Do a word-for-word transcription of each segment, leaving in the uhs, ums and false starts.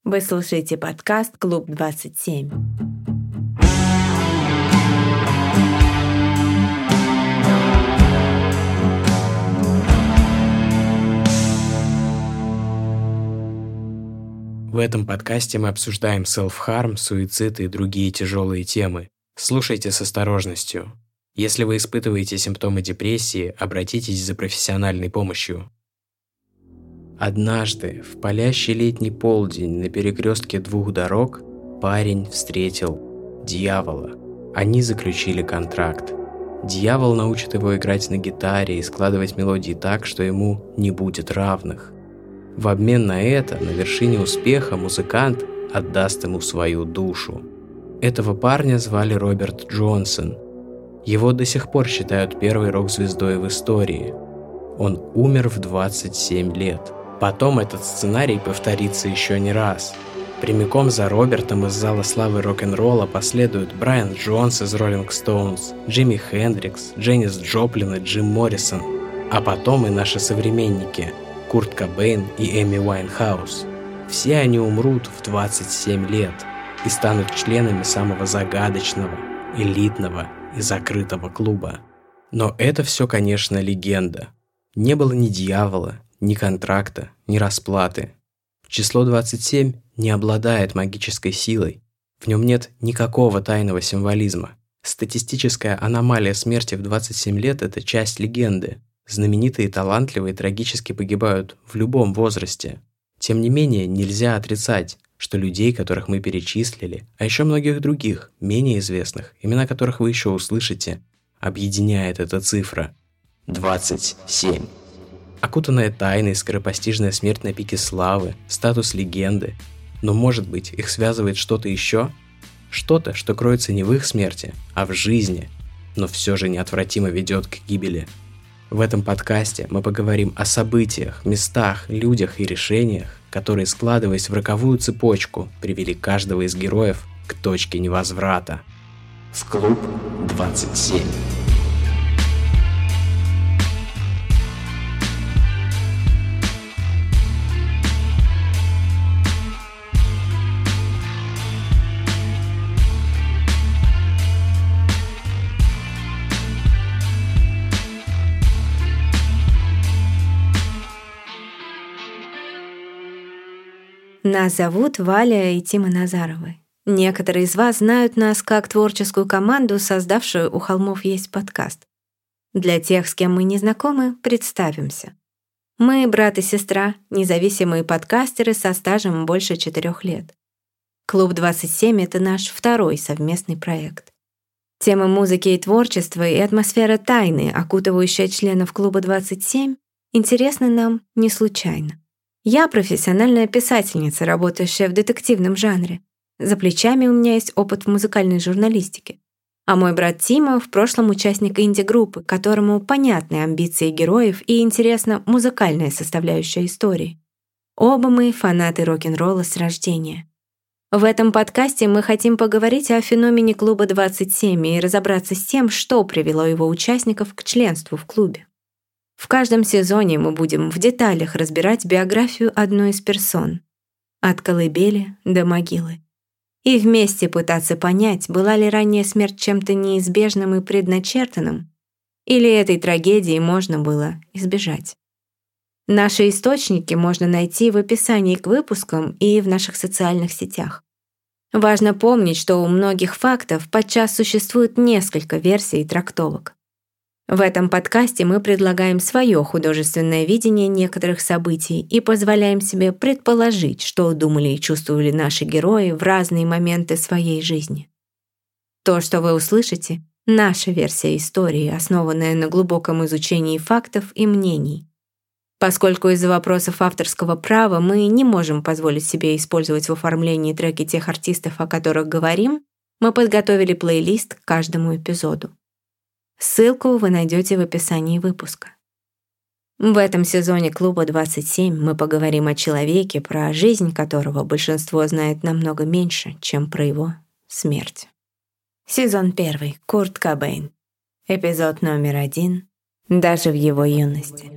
Вы слушаете подкаст «Клуб двадцать семь». В этом подкасте мы обсуждаем селф-харм, суицид и другие тяжелые темы. Слушайте с осторожностью. Если вы испытываете симптомы депрессии, обратитесь за профессиональной помощью. Однажды, в палящий летний полдень на перекрестке двух дорог, парень встретил дьявола. Они заключили контракт. Дьявол научит его играть на гитаре и складывать мелодии так, что ему не будет равных. В обмен на это, на вершине успеха, музыкант отдаст ему свою душу. Этого парня звали Роберт Джонсон. Его до сих пор считают первой рок-звездой в истории. Он умер в двадцать семь лет. Потом этот сценарий повторится еще не раз. Прямиком за Робертом из зала славы рок-н-ролла последуют Брайан Джонс из Rolling Stones, Джимми Хендрикс, Дженнис Джоплин и Джим Моррисон. А потом и наши современники – Курт Кобейн и Эми Уайнхаус. Все они умрут в двадцать семь лет и станут членами самого загадочного, элитного и закрытого клуба. Но это все, конечно, легенда. Не было ни дьявола, ни контракта, ни расплаты. Число двадцать семь не обладает магической силой. В нем нет никакого тайного символизма. Статистическая аномалия смерти в двадцать семь лет – это часть легенды. Знаменитые, талантливые трагически погибают в любом возрасте. Тем не менее, нельзя отрицать, что людей, которых мы перечислили, а еще многих других, менее известных, имена которых вы еще услышите, объединяет эта цифра – двадцать семь. Окутанная тайной, скоропостижная смерть на пике славы, статус легенды. Но, может быть, их связывает что-то еще? Что-то, что кроется не в их смерти, а в жизни, но все же неотвратимо ведет к гибели. В этом подкасте мы поговорим о событиях, местах, людях и решениях, которые, складываясь в роковую цепочку, привели каждого из героев к точке невозврата. В клуб двадцать семь. Нас зовут Валя и Тима Назаровы. Некоторые из вас знают нас как творческую команду, создавшую «У холмов есть подкаст». Для тех, с кем мы не знакомы, представимся. Мы брат и сестра, независимые подкастеры со стажем больше четырех лет. Клуб двадцать семь — это наш второй совместный проект. Тема музыки и творчества и атмосфера тайны, окутывающая членов Клуба двадцать семь, интересны нам не случайно. Я профессиональная писательница, работающая в детективном жанре. За плечами у меня есть опыт в музыкальной журналистике. А мой брат Тима в прошлом участник инди-группы, которому понятны амбиции героев и интересна музыкальная составляющая истории. Оба мы фанаты рок-н-ролла с рождения. В этом подкасте мы хотим поговорить о феномене Клуба двадцать семь и разобраться с тем, что привело его участников к членству в клубе. В каждом сезоне мы будем в деталях разбирать биографию одной из персон, от колыбели до могилы, и вместе пытаться понять, была ли ранняя смерть чем-то неизбежным и предначертанным, или этой трагедии можно было избежать. Наши источники можно найти в описании к выпускам и в наших социальных сетях. Важно помнить, что у многих фактов подчас существует несколько версий и трактовок. В этом подкасте мы предлагаем свое художественное видение некоторых событий и позволяем себе предположить, что думали и чувствовали наши герои в разные моменты своей жизни. То, что вы услышите, — наша версия истории, основанная на глубоком изучении фактов и мнений. Поскольку из-за вопросов авторского права мы не можем позволить себе использовать в оформлении треки тех артистов, о которых говорим, мы подготовили плейлист к каждому эпизоду. Ссылку вы найдете в описании выпуска. В этом сезоне Клуба двадцать семь мы поговорим о человеке, про жизнь которого большинство знает намного меньше, чем про его смерть. Сезон первый. Курт Кобейн. Эпизод номер один. Даже в его юности.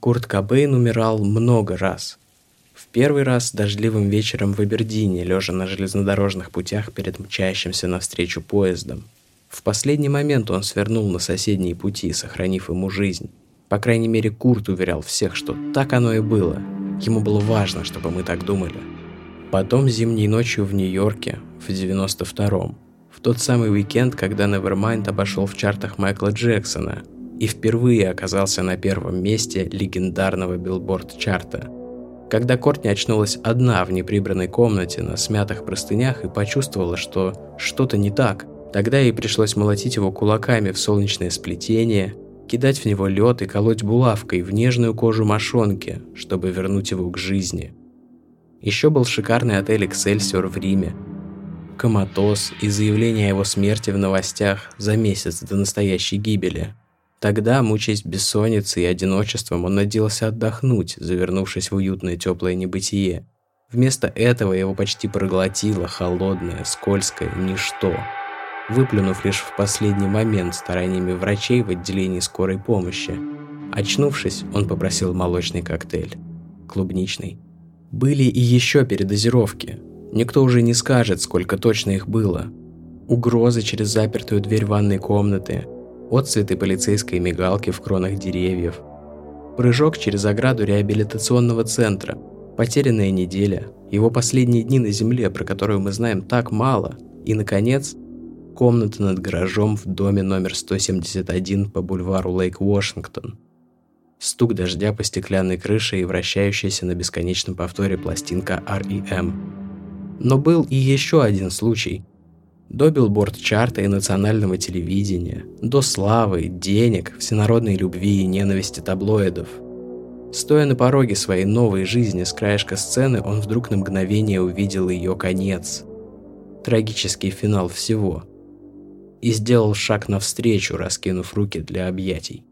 Курт Кобейн умирал много раз. В первый раз дождливым вечером в Абердине, лежа на железнодорожных путях перед мчащимся навстречу поездом. В последний момент он свернул на соседние пути, сохранив ему жизнь. По крайней мере, Курт уверял всех, что так оно и было. Ему было важно, чтобы мы так думали. Потом зимней ночью в Нью-Йорке, в девяносто втором, в тот самый уикенд, когда Nevermind обошел в чартах Майкла Джексона и впервые оказался на первом месте легендарного билборд-чарта. Когда Кортни очнулась одна в неприбранной комнате на смятых простынях и почувствовала, что что-то не так, тогда ей пришлось молотить его кулаками в солнечное сплетение, кидать в него лед и колоть булавкой в нежную кожу мошонки, чтобы вернуть его к жизни. Еще был шикарный отель «Эксельсиор» в Риме, коматоз и заявление о его смерти в новостях за месяц до настоящей гибели. Тогда, мучаясь бессонницей и одиночеством, он надеялся отдохнуть, завернувшись в уютное теплое небытие. Вместо этого его почти проглотило холодное, скользкое ничто, выплюнув лишь в последний момент стараниями врачей в отделении скорой помощи. Очнувшись, он попросил молочный коктейль. Клубничный. Были и еще передозировки. Никто уже не скажет, сколько точно их было. Угрозы через запертую дверь ванной комнаты, отцветы полицейской мигалки в кронах деревьев, прыжок через ограду реабилитационного центра, потерянная неделя, его последние дни на земле, про которую мы знаем так мало, и, наконец, комната над гаражом в доме номер сто семьдесят один по бульвару Лейк-Вашингтон. Стук дождя по стеклянной крыше и вращающаяся на бесконечном повторе пластинка ар и эм. Но был и еще один случай. До билборд-чарта и национального телевидения, до славы, денег, всенародной любви и ненависти таблоидов. Стоя на пороге своей новой жизни с краешка сцены, он вдруг на мгновение увидел ее конец. Трагический финал всего. И сделал шаг навстречу, раскинув руки для объятий.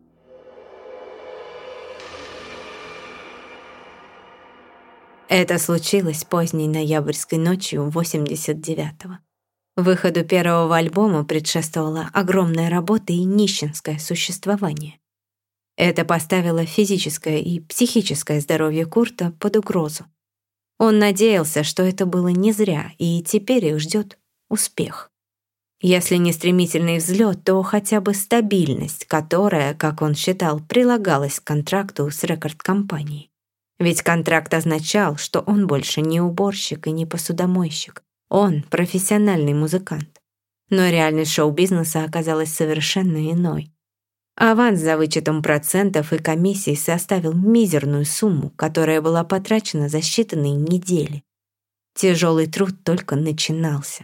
Это случилось поздней ноябрьской ночью восемьдесят девятого. Выходу первого альбома предшествовала огромная работа и нищенское существование. Это поставило физическое и психическое здоровье Курта под угрозу. Он надеялся, что это было не зря, и теперь их ждет успех. Если не стремительный взлет, то хотя бы стабильность, которая, как он считал, прилагалась к контракту с рекорд-компанией. Ведь контракт означал, что он больше не уборщик и не посудомойщик. Он профессиональный музыкант. Но реальность шоу-бизнеса оказалась совершенно иной. Аванс за вычетом процентов и комиссий составил мизерную сумму, которая была потрачена за считанные недели. Тяжелый труд только начинался.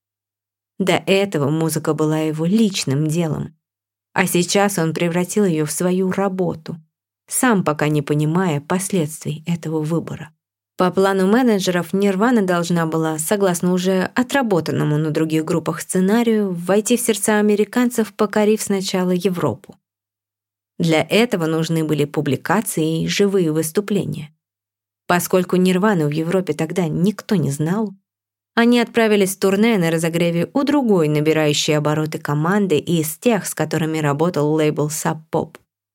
До этого музыка была его личным делом, а сейчас он превратил ее в свою работу, сам пока не понимая последствий этого выбора. По плану менеджеров, Нирвана должна была, согласно уже отработанному на других группах сценарию, войти в сердца американцев, покорив сначала Европу. Для этого нужны были публикации и живые выступления. Поскольку Нирвану в Европе тогда никто не знал, они отправились в турне на разогреве у другой набирающей обороты команды из тех, с которыми работал лейбл Sub Pop.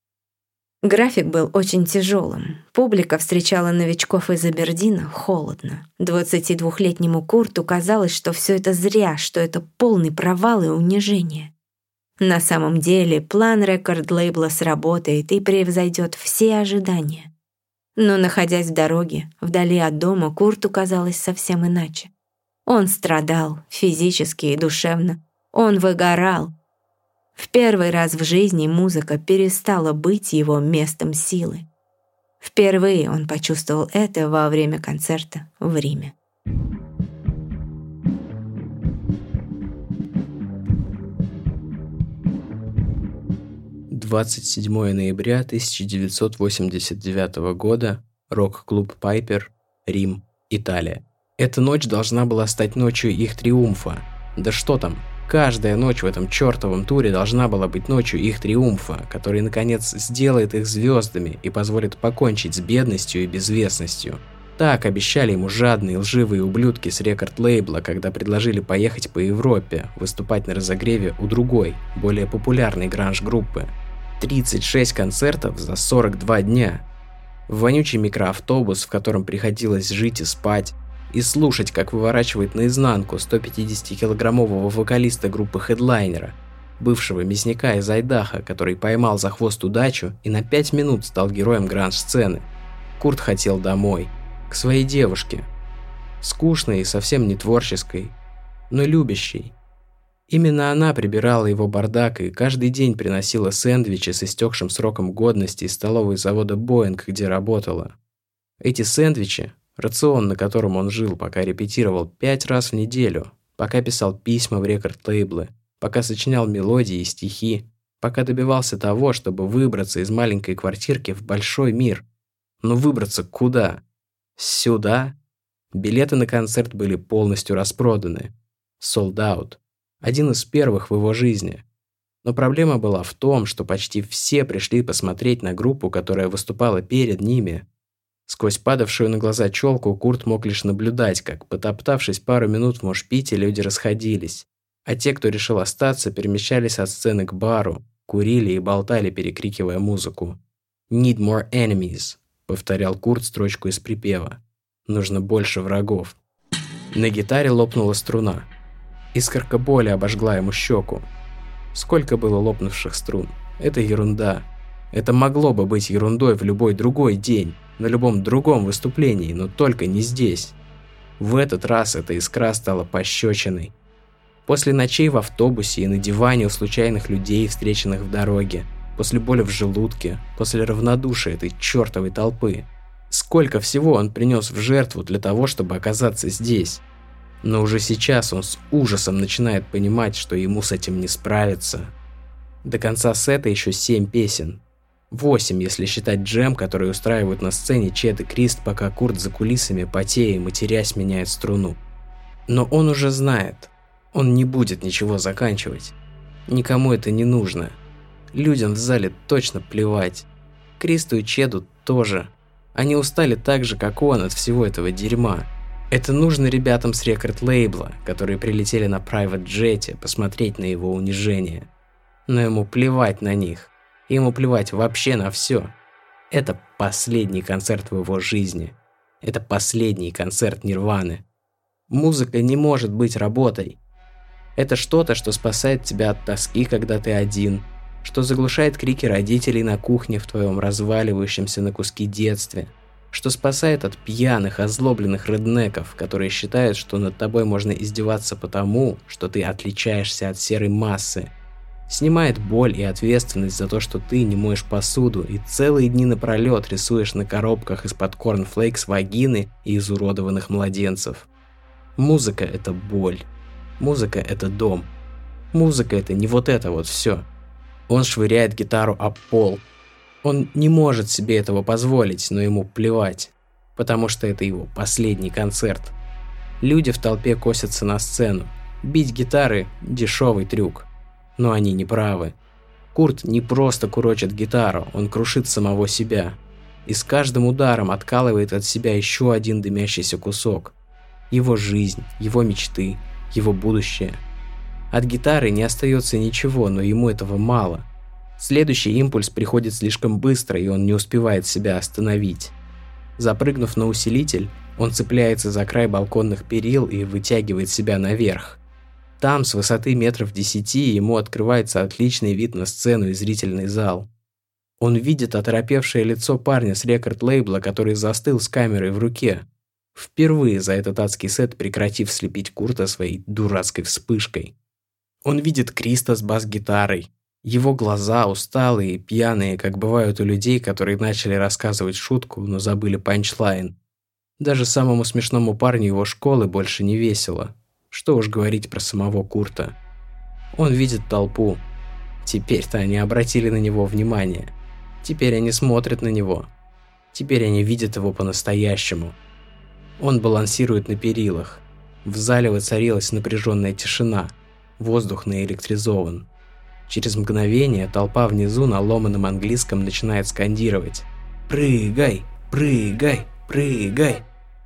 График был очень тяжелым. Публика встречала новичков из Абердина холодно. двадцатидвухлетнему Курту казалось, что все это зря, что это полный провал и унижение. На самом деле план рекорд-лейбла сработает и превзойдет все ожидания. Но, находясь в дороге, вдали от дома, Курту казалось совсем иначе. Он страдал физически и душевно. Он выгорал. В первый раз в жизни музыка перестала быть его местом силы. Впервые он почувствовал это во время концерта в Риме. двадцать седьмого ноября тысяча девятьсот восемьдесят девятого года, рок-клуб «Пайпер», Рим, Италия. Эта ночь должна была стать ночью их триумфа. Да что там, каждая ночь в этом чертовом туре должна была быть ночью их триумфа, который, наконец, сделает их звездами и позволит покончить с бедностью и безвестностью. Так обещали ему жадные лживые ублюдки с рекорд-лейбла, когда предложили поехать по Европе, выступать на разогреве у другой, более популярной гранж-группы. тридцать шесть концертов за сорок два дня. В вонючий микроавтобус, в котором приходилось жить и спать, и слушать, как выворачивает наизнанку сто пятидесятикилограммового вокалиста группы Headliner, бывшего мясника из Айдахо, который поймал за хвост удачу и на пять минут стал героем гранж-сцены. Курт хотел домой, к своей девушке. Скучной и совсем не творческой, но любящей. Именно она прибирала его бардак и каждый день приносила сэндвичи с истекшим сроком годности из столовой завода Боинг, где работала. Эти сэндвичи, рацион, на котором он жил, пока репетировал пять раз в неделю, пока писал письма в рекорд-лейблы, пока сочинял мелодии и стихи, пока добивался того, чтобы выбраться из маленькой квартирки в большой мир. Но выбраться куда? Сюда? Билеты на концерт были полностью распроданы. Sold out. Один из первых в его жизни. Но проблема была в том, что почти все пришли посмотреть на группу, которая выступала перед ними. Сквозь падавшую на глаза челку Курт мог лишь наблюдать, как, потоптавшись пару минут в мошпите, люди расходились. А те, кто решил остаться, перемещались от сцены к бару, курили и болтали, перекрикивая музыку. «Need more enemies», — повторял Курт строчку из припева. «Нужно больше врагов». На гитаре лопнула струна. Искорка боли обожгла ему щеку. Сколько было лопнувших струн? Это ерунда. Это могло бы быть ерундой в любой другой день, на любом другом выступлении, но только не здесь. В этот раз эта искра стала пощечиной. После ночей в автобусе и на диване у случайных людей, встреченных в дороге, после боли в желудке, после равнодушия этой чертовой толпы. Сколько всего он принес в жертву для того, чтобы оказаться здесь. Но уже сейчас он с ужасом начинает понимать, что ему с этим не справиться. До конца сета еще семь песен. Восемь, если считать джем, который устраивают на сцене Чед и Крист, пока Курт за кулисами, потея и матерясь, меняет струну. Но он уже знает. Он не будет ничего заканчивать. Никому это не нужно. Людям в зале точно плевать. Кристу и Чеду тоже. Они устали так же, как он, от всего этого дерьма. Это нужно ребятам с рекорд-лейбла, которые прилетели на прайвет-джете посмотреть на его унижение. Но ему плевать на них. Ему плевать вообще на все. Это последний концерт в его жизни. Это последний концерт Нирваны. Музыка не может быть работой. Это что-то, что спасает тебя от тоски, когда ты один, что заглушает крики родителей на кухне в твоем разваливающемся на куски детстве, что спасает от пьяных, озлобленных реднеков, которые считают, что над тобой можно издеваться потому, что ты отличаешься от серой массы, снимает боль и ответственность за то, что ты не моешь посуду и целые дни напролет рисуешь на коробках из-под корнфлейкс вагины и изуродованных младенцев. Музыка – это боль. Музыка – это дом. Музыка – это не вот это вот все. Он швыряет гитару об пол. Он не может себе этого позволить, но ему плевать, потому что это его последний концерт. Люди в толпе косятся на сцену. Бить гитары – дешевый трюк. Но они не правы. Курт не просто курочит гитару, он крушит самого себя. И с каждым ударом откалывает от себя еще один дымящийся кусок. Его жизнь, его мечты, его будущее. От гитары не остается ничего, но ему этого мало. Следующий импульс приходит слишком быстро, и он не успевает себя остановить. Запрыгнув на усилитель, он цепляется за край балконных перил и вытягивает себя наверх. Там, с высоты метров десяти, ему открывается отличный вид на сцену и зрительный зал. Он видит оторопевшее лицо парня с рекорд-лейбла, который застыл с камерой в руке, впервые за этот адский сет прекратив слепить Курта своей дурацкой вспышкой. Он видит Криста с бас-гитарой. Его глаза усталые и пьяные, как бывают у людей, которые начали рассказывать шутку, но забыли панчлайн. Даже самому смешному парню его школы больше не весело. Что уж говорить про самого Курта. Он видит толпу. Теперь-то они обратили на него внимание. Теперь они смотрят на него. Теперь они видят его по-настоящему. Он балансирует на перилах. В зале воцарилась напряженная тишина. Воздух наэлектризован. Через мгновение толпа внизу на ломаном английском начинает скандировать: «Прыгай! Прыгай! Прыгай!»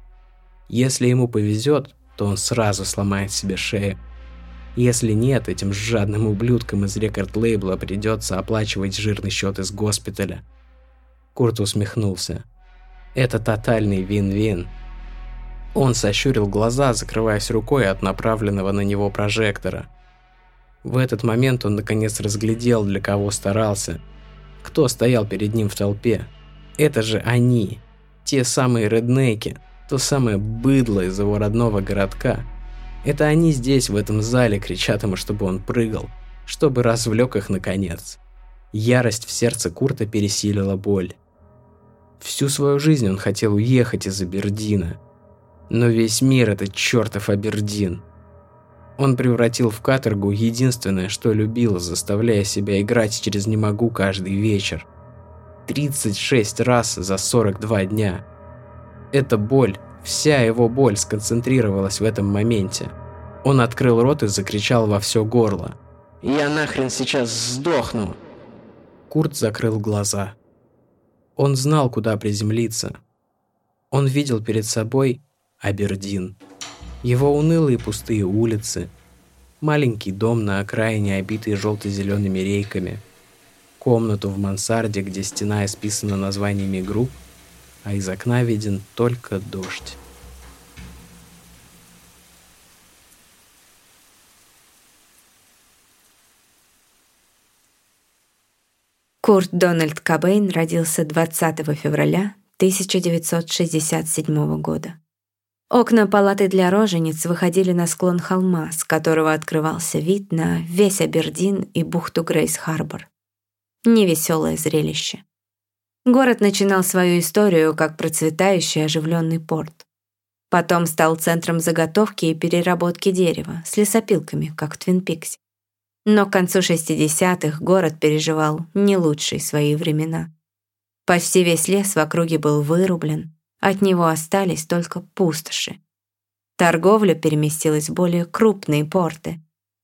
Если ему повезет, то он сразу сломает себе шею. Если нет, этим жадным ублюдкам из рекорд-лейбла придется оплачивать жирный счет из госпиталя. Курт усмехнулся. Это тотальный вин-вин. Он сощурил глаза, закрываясь рукой от направленного на него прожектора. В этот момент он наконец разглядел, для кого старался, кто стоял перед ним в толпе. Это же они, те самые реднеки, то самое быдло из его родного городка. Это они здесь, в этом зале, кричат ему, чтобы он прыгал, чтобы развлек их наконец. Ярость в сердце Курта пересилила боль. Всю свою жизнь он хотел уехать из Абердина. Но весь мир – это чертов Абердин. Он превратил в каторгу единственное, что любил, заставляя себя играть через «не могу» каждый вечер. тридцать шесть раз за сорок два дня. Эта боль, вся его боль сконцентрировалась в этом моменте. Он открыл рот и закричал во все горло: «Я нахрен сейчас сдохну!» Курт закрыл глаза. Он знал, куда приземлиться. Он видел перед собой Абердин. Его унылые пустые улицы, маленький дом на окраине, обитый желто-зелеными рейками, комнату в мансарде, где стена исписана названиями групп, а из окна виден только дождь. Курт Дональд Кобейн родился двадцатого февраля тысяча девятьсот шестьдесят седьмого года. Окна палаты для рожениц выходили на склон холма, с которого открывался вид на весь Абердин и бухту Грейс-Харбор. Невеселое зрелище. Город начинал свою историю как процветающий оживленный порт. Потом стал центром заготовки и переработки дерева с лесопилками, как в Твин Пиксе. Но к концу шестидесятых город переживал не лучшие свои времена. Почти весь лес в округе был вырублен, от него остались только пустоши. Торговля переместилась в более крупные порты.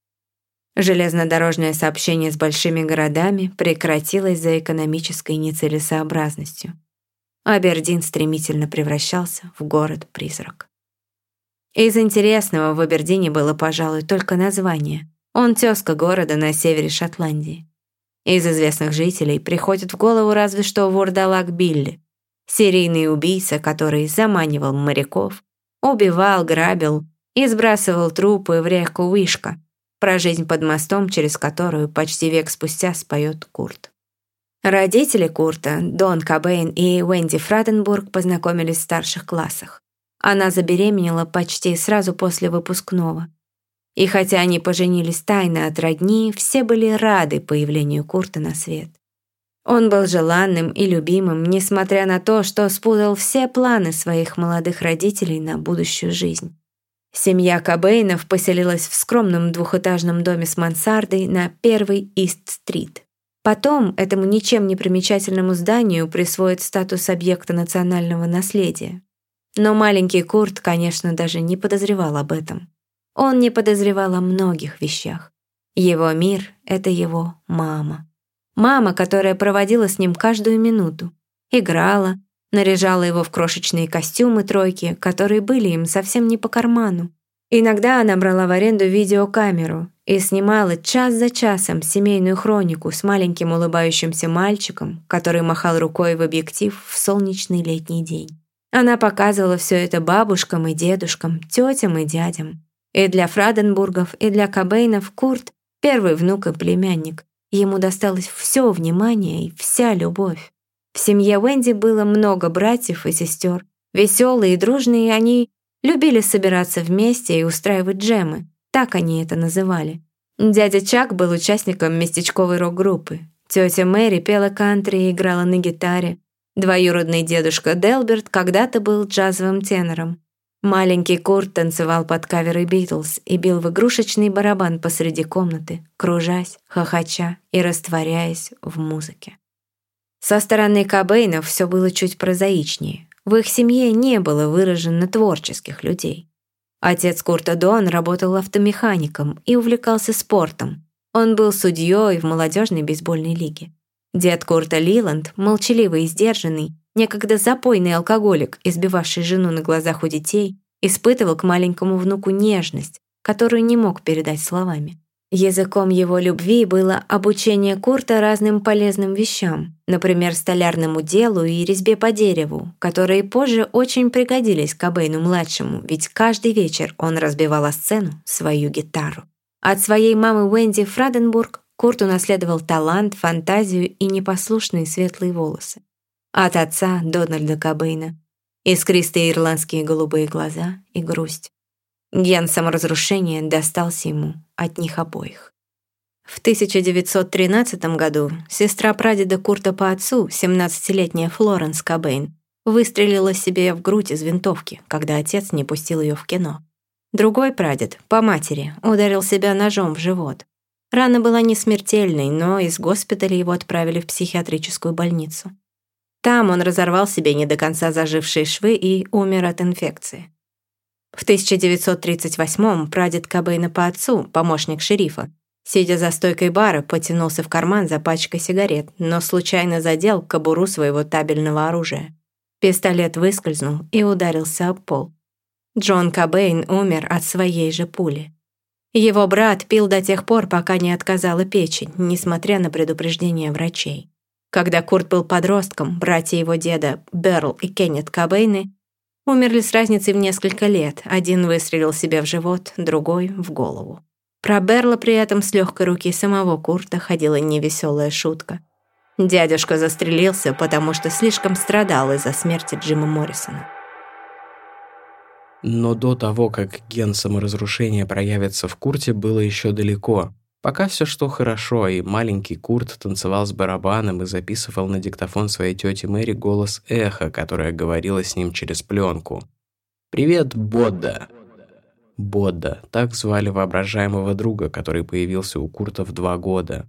Железнодорожное сообщение с большими городами прекратилось за экономической нецелесообразностью. Абердин стремительно превращался в город-призрак. Из интересного в Абердине было, пожалуй, только название. Он тезка города на севере Шотландии. Из известных жителей приходит в голову разве что вурдалак Билли, серийный убийца, который заманивал моряков, убивал, грабил и сбрасывал трупы в реку Уишка, про жизнь под мостом, через которую почти век спустя споет Курт. Родители Курта, Дон Кобейн и Уэнди Фраденбург, познакомились в старших классах. Она забеременела почти сразу после выпускного. И хотя они поженились тайно от родни, все были рады появлению Курта на свет. Он был желанным и любимым, несмотря на то, что спутал все планы своих молодых родителей на будущую жизнь. Семья Кобейнов поселилась в скромном двухэтажном доме с мансардой на первой Ист-стрит. Потом этому ничем не примечательному зданию присвоят статус объекта национального наследия. Но маленький Курт, конечно, даже не подозревал об этом. Он не подозревал о многих вещах. Его мир — это его мама. Мама, которая проводила с ним каждую минуту, играла, наряжала его в крошечные костюмы тройки, которые были им совсем не по карману. Иногда она брала в аренду видеокамеру и снимала час за часом семейную хронику с маленьким улыбающимся мальчиком, который махал рукой в объектив в солнечный летний день. Она показывала все это бабушкам и дедушкам, тетям и дядям. И для Фраденбургов, и для Кобейнов Курт — первый внук и племянник. Ему досталось все внимание и вся любовь. В семье Уэнди было много братьев и сестер. Веселые и дружные, они любили собираться вместе и устраивать джемы. Так они это называли. Дядя Чак был участником местечковой рок-группы. Тетя Мэри пела кантри и играла на гитаре. Двоюродный дедушка Делберт когда-то был джазовым тенором. Маленький Курт танцевал под каверы Битлз и бил в игрушечный барабан посреди комнаты, кружась, хохоча и растворяясь в музыке. Со стороны Кобейнов все было чуть прозаичнее. В их семье не было выраженно творческих людей. Отец Курта Дон работал автомехаником и увлекался спортом. Он был судьей в молодежной бейсбольной лиге. Дед Курта Лиланд, молчаливый и сдержанный, некогда запойный алкоголик, избивавший жену на глазах у детей, испытывал к маленькому внуку нежность, которую не мог передать словами. Языком его любви было обучение Курта разным полезным вещам, например, столярному делу и резьбе по дереву, которые позже очень пригодились Кобейну-младшему, ведь каждый вечер он разбивал о сцену свою гитару. От своей мамы Уэнди Фраденбург Курт унаследовал талант, фантазию и непослушные светлые волосы. От отца Дональда Кобейна искристые ирландские голубые глаза и грусть. Ген саморазрушения достался ему от них обоих. В тысяча девятьсот тринадцатом году сестра прадеда Курта по отцу, семнадцатилетняя Флоренс Кобейн, выстрелила себе в грудь из винтовки, когда отец не пустил ее в кино. Другой прадед, по матери, ударил себя ножом в живот. Рана была не смертельной, но из госпиталя его отправили в психиатрическую больницу. Там он разорвал себе не до конца зажившие швы и умер от инфекции. В тысяча девятьсот тридцать восьмом прадед Кобейна по отцу, помощник шерифа, сидя за стойкой бара, потянулся в карман за пачкой сигарет, но случайно задел кобуру своего табельного оружия. Пистолет выскользнул и ударился об пол. Джон Кобейн умер от своей же пули. Его брат пил до тех пор, пока не отказала печень, несмотря на предупреждения врачей. Когда Курт был подростком, братья его деда, Берл и Кеннет Кобейны, умерли с разницей в несколько лет. Один выстрелил себе в живот, другой — в голову. Про Берла при этом с легкой руки самого Курта ходила невеселая шутка. Дядюшка застрелился, потому что слишком страдал из-за смерти Джима Моррисона. Но до того, как ген саморазрушения проявится в Курте, было еще далеко. Пока все шло хорошо, и маленький Курт танцевал с барабаном и записывал на диктофон своей тети Мэри голос эхо, которое говорило с ним через пленку. «Привет, Бодда!» Бодда, так звали воображаемого друга, который появился у Курта в два года.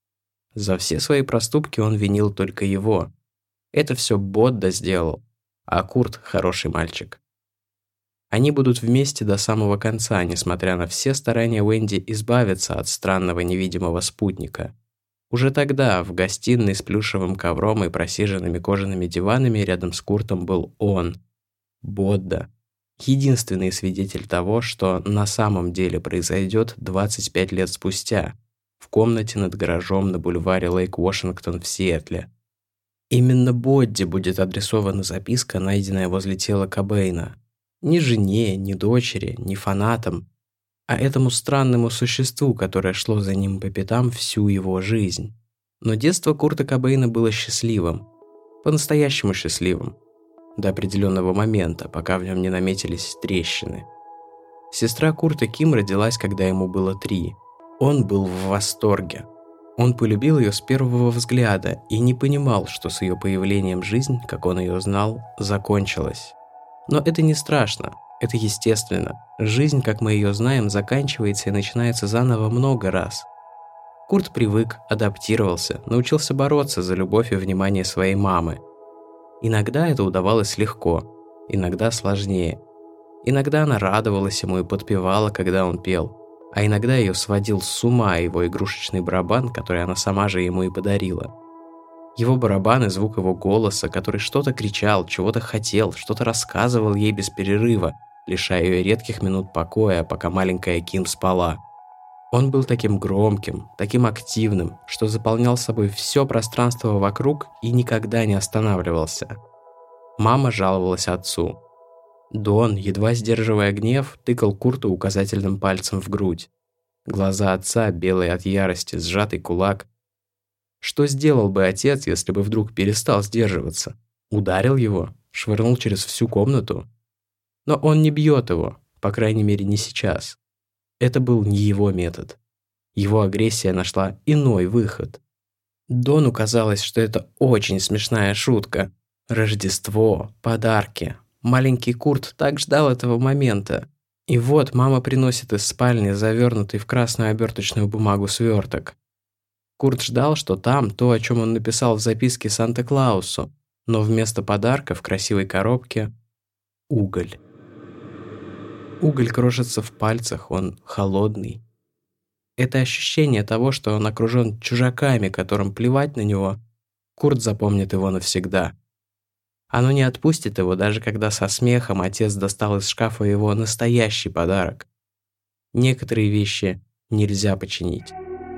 За все свои проступки он винил только его. Это все Бодда сделал, а Курт – хороший мальчик. Они будут вместе до самого конца, несмотря на все старания Уэнди избавиться от странного невидимого спутника. Уже тогда, в гостиной с плюшевым ковром и просиженными кожаными диванами рядом с Куртом был он, Бодда, единственный свидетель того, что на самом деле произойдет двадцать пять лет спустя, в комнате над гаражом на бульваре Лейк-Вашингтон в Сиэтле. Именно Бодди будет адресована записка, найденная возле тела Кобейна. Ни жене, ни дочери, ни фанатам, а этому странному существу, которое шло за ним по пятам всю его жизнь. Но детство Курта Кобейна было счастливым, по-настоящему счастливым, до определенного момента, пока в нем не наметились трещины. Сестра Курта Ким родилась, когда ему было три. Он был в восторге. Он полюбил ее с первого взгляда и не понимал, что с ее появлением жизнь, как он ее знал, закончилась. Но это не страшно, это естественно. Жизнь, как мы ее знаем, заканчивается и начинается заново много раз. Курт привык, адаптировался, научился бороться за любовь и внимание своей мамы. Иногда это удавалось легко, иногда сложнее. Иногда она радовалась ему и подпевала, когда он пел, а иногда ее сводил с ума его игрушечный барабан, который она сама же ему и подарила. Его барабан и звук его голоса, который что-то кричал, чего-то хотел, что-то рассказывал ей без перерыва, лишая ее редких минут покоя, пока маленькая Ким спала. Он был таким громким, таким активным, что заполнял собой все пространство вокруг и никогда не останавливался. Мама жаловалась отцу. Дон, едва сдерживая гнев, тыкал Курту указательным пальцем в грудь. Глаза отца, белые от ярости, сжатый кулак. Что сделал бы отец, если бы вдруг перестал сдерживаться? Ударил его? Швырнул через всю комнату? Но он не бьет его, по крайней мере не сейчас. Это был не его метод. Его агрессия нашла иной выход. Дону казалось, что это очень смешная шутка. Рождество, подарки. Маленький Курт так ждал этого момента. И вот мама приносит из спальни завернутый в красную оберточную бумагу сверток. Курт ждал, что там то, о чем он написал в записке Санта-Клаусу, но вместо подарка в красивой коробке – уголь. Уголь крошится в пальцах, он холодный. Это ощущение того, что он окружен чужаками, которым плевать на него, Курт запомнит его навсегда. Оно не отпустит его, даже когда со смехом отец достал из шкафа его настоящий подарок. Некоторые вещи нельзя починить.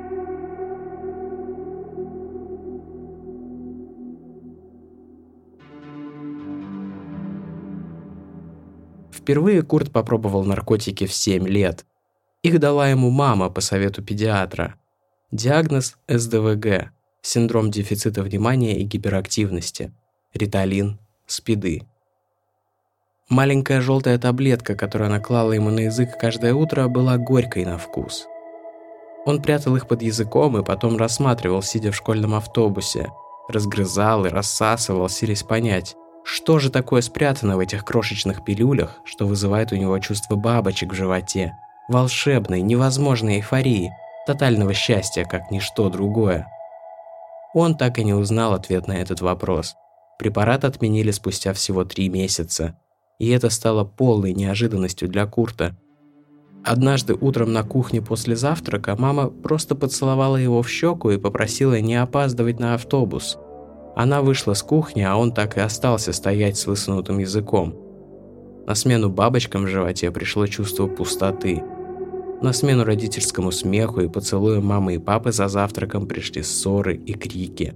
Впервые Курт попробовал наркотики в семь лет. Их дала ему мама по совету педиатра. Диагноз эс дэ вэ гэ – синдром дефицита внимания и гиперактивности, риталин, спиды. Маленькая желтая таблетка, которую она клала ему на язык каждое утро, была горькой на вкус. Он прятал их под языком и потом рассматривал, сидя в школьном автобусе, разгрызал и рассасывал, силясь понять, что же такое спрятано в этих крошечных пилюлях, что вызывает у него чувство бабочек в животе, волшебной, невозможной эйфории, тотального счастья, как ничто другое. Он так и не узнал ответ на этот вопрос. Препарат отменили спустя всего три месяца, и это стало полной неожиданностью для Курта. Однажды утром на кухне после завтрака мама просто поцеловала его в щеку и попросила не опаздывать на автобус. Она вышла с кухни, а он так и остался стоять с высунутым языком. На смену бабочкам в животе пришло чувство пустоты. На смену родительскому смеху и поцелуям мамы и папы за завтраком пришли ссоры и крики.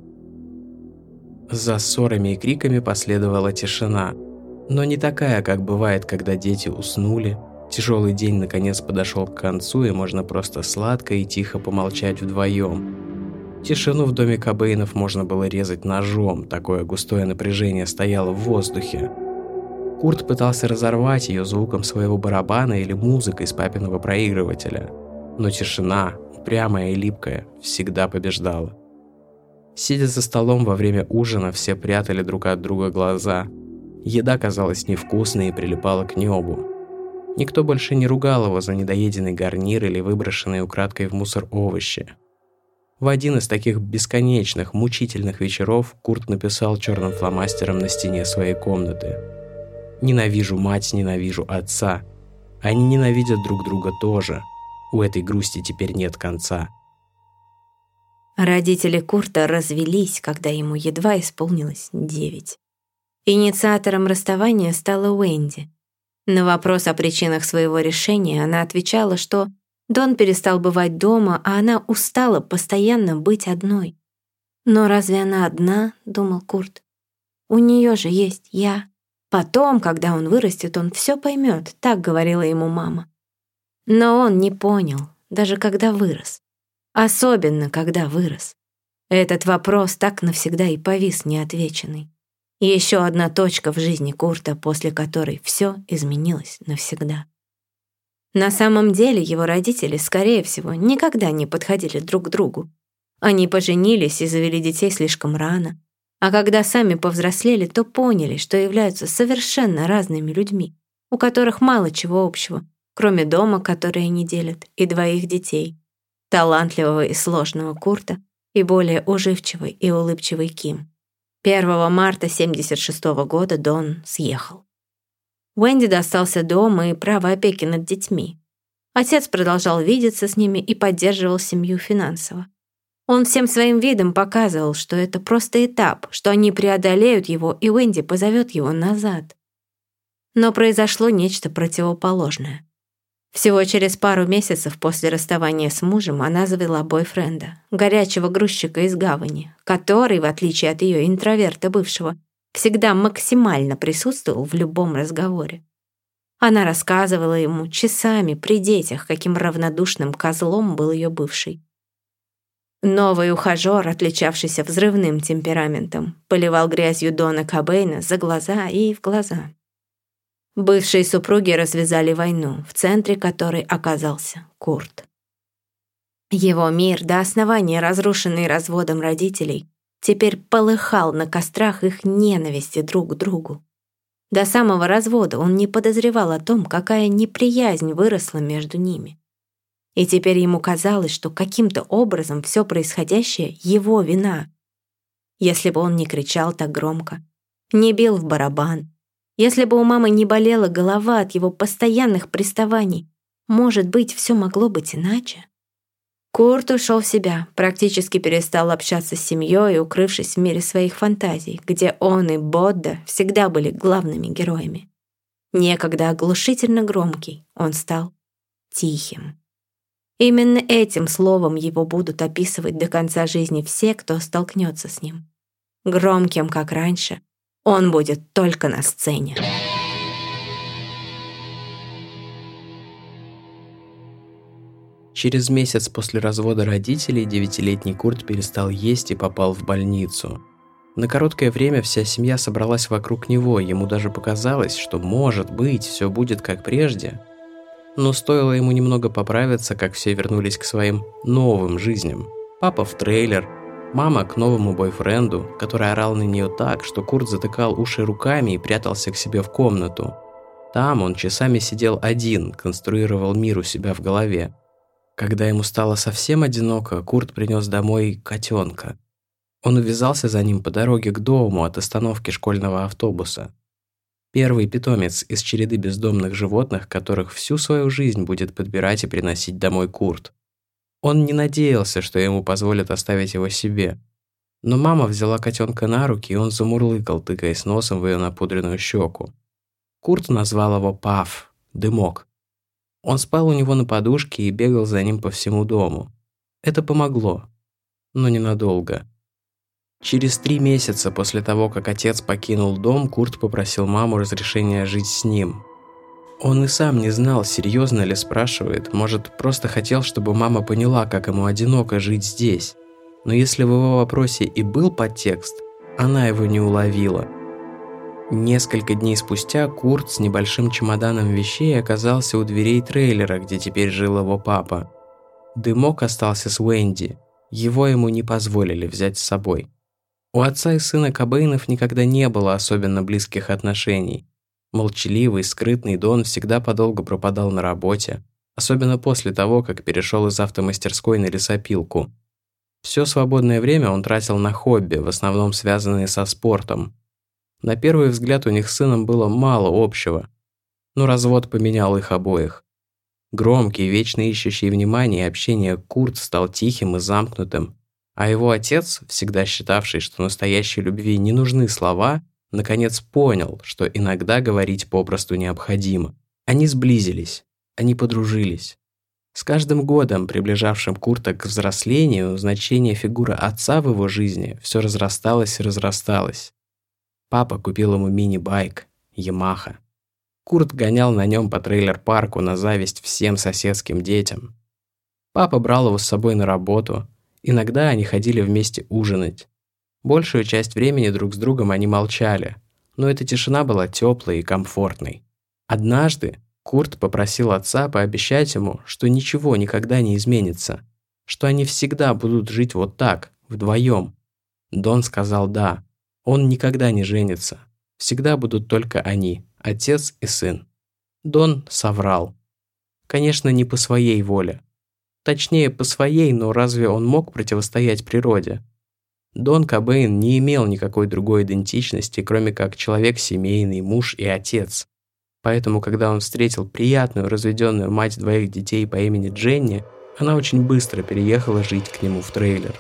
За ссорами и криками последовала тишина, но не такая, как бывает, когда дети уснули. Тяжелый день наконец подошел к концу, и можно просто сладко и тихо помолчать вдвоем. Тишину в доме Кобейнов можно было резать ножом, такое густое напряжение стояло в воздухе. Курт пытался разорвать ее звуком своего барабана или музыкой с папиного проигрывателя, но тишина, упрямая и липкая, всегда побеждала. Сидя за столом во время ужина, все прятали друг от друга глаза. Еда казалась невкусной и прилипала к небу. Никто больше не ругал его за недоеденный гарнир или выброшенные украдкой в мусор овощи. В один из таких бесконечных, мучительных вечеров Курт написал черным фломастером на стене своей комнаты: «Ненавижу мать, ненавижу отца. Они ненавидят друг друга тоже. У этой грусти теперь нет конца». Родители Курта развелись, когда ему едва исполнилось девять. Инициатором расставания стала Уэнди. На вопрос о причинах своего решения она отвечала, что Дон перестал бывать дома, а она устала постоянно быть одной. «Но разве она одна?» — думал Курт. «У нее же есть я. Потом, когда он вырастет, он все поймет», — так говорила ему мама. Но он не понял, даже когда вырос. Особенно, когда вырос. Этот вопрос так навсегда и повис неотвеченный. Еще одна точка в жизни Курта, после которой все изменилось навсегда. На самом деле его родители, скорее всего, никогда не подходили друг к другу. Они поженились и завели детей слишком рано, а когда сами повзрослели, то поняли, что являются совершенно разными людьми, у которых мало чего общего, кроме дома, который они делят, и двоих детей, талантливого и сложного Курта и более уживчивой и улыбчивой Ким. первого марта семьдесят шестого года Дон съехал. Уэнди достался дом и право опеки над детьми. Отец продолжал видеться с ними и поддерживал семью финансово. Он всем своим видом показывал, что это просто этап, что они преодолеют его, и Уэнди позовет его назад. Но произошло нечто противоположное. Всего через пару месяцев после расставания с мужем она завела бойфренда, горячего грузчика из гавани, который, в отличие от ее интроверта бывшего, всегда максимально присутствовал в любом разговоре. Она рассказывала ему часами при детях, каким равнодушным козлом был ее бывший. Новый ухажер, отличавшийся взрывным темпераментом, поливал грязью Дона Кобейна за глаза и в глаза. Бывшие супруги развязали войну, в центре которой оказался Курт. Его мир, до основания разрушенный разводом родителей, теперь полыхал на кострах их ненависти друг к другу. До самого развода он не подозревал о том, какая неприязнь выросла между ними. И теперь ему казалось, что каким-то образом все происходящее — его вина. Если бы он не кричал так громко, не бил в барабан, если бы у мамы не болела голова от его постоянных приставаний, может быть, все могло быть иначе? Курт ушел в себя, практически перестал общаться с семьей, укрывшись в мире своих фантазий, где он и Бодда всегда были главными героями. Некогда оглушительно громкий, он стал тихим. Именно этим словом его будут описывать до конца жизни все, кто столкнется с ним. Громким, как раньше, он будет только на сцене. Через месяц после развода родителей девятилетний Курт перестал есть и попал в больницу. На короткое время вся семья собралась вокруг него, ему даже показалось, что, может быть, все будет как прежде. Но стоило ему немного поправиться, как все вернулись к своим новым жизням. Папа в трейлер, мама к новому бойфренду, который орал на нее так, что Курт затыкал уши руками и прятался к себе в комнату. Там он часами сидел один, конструировал мир у себя в голове. Когда ему стало совсем одиноко, Курт принес домой котенка. Он увязался за ним по дороге к дому от остановки школьного автобуса. Первый питомец из череды бездомных животных, которых всю свою жизнь будет подбирать и приносить домой Курт. Он не надеялся, что ему позволят оставить его себе. Но мама взяла котенка на руки, и он замурлыкал, тыкаясь носом в ее напудренную щеку. Курт назвал его Паф, Дымок. Он спал у него на подушке и бегал за ним по всему дому. Это помогло, но ненадолго. Через три месяца после того, как отец покинул дом, Курт попросил маму разрешения жить с ним. Он и сам не знал, серьезно ли спрашивает, может, просто хотел, чтобы мама поняла, как ему одиноко жить здесь. Но если в его вопросе и был подтекст, она его не уловила. Несколько дней спустя Курт с небольшим чемоданом вещей оказался у дверей трейлера, где теперь жил его папа. Дымок остался с Уэнди, его ему не позволили взять с собой. У отца и сына Кобейнов никогда не было особенно близких отношений. Молчаливый, скрытный Дон всегда подолгу пропадал на работе, особенно после того, как перешел из автомастерской на лесопилку. Все свободное время он тратил на хобби, в основном связанные со спортом. На первый взгляд у них с сыном было мало общего, но развод поменял их обоих. Громкий, вечно ищущий внимание и общение Курт стал тихим и замкнутым, а его отец, всегда считавший, что настоящей любви не нужны слова, наконец понял, что иногда говорить попросту необходимо. Они сблизились, они подружились. С каждым годом, приближавшим Курта к взрослению, значение фигуры отца в его жизни все разрасталось и разрасталось. Папа купил ему мини-байк, Ямаха. Курт гонял на нем по трейлер-парку на зависть всем соседским детям. Папа брал его с собой на работу. Иногда они ходили вместе ужинать. Большую часть времени друг с другом они молчали, но эта тишина была теплой и комфортной. Однажды Курт попросил отца пообещать ему, что ничего никогда не изменится, что они всегда будут жить вот так, вдвоем. Дон сказал «да». Он никогда не женится. Всегда будут только они, отец и сын. Дон соврал. Конечно, не по своей воле. Точнее, по своей, но разве он мог противостоять природе? Дон Кобейн не имел никакой другой идентичности, кроме как человек семейный, муж и отец. Поэтому, когда он встретил приятную разведенную мать двоих детей по имени Дженни, она очень быстро переехала жить к нему в трейлер.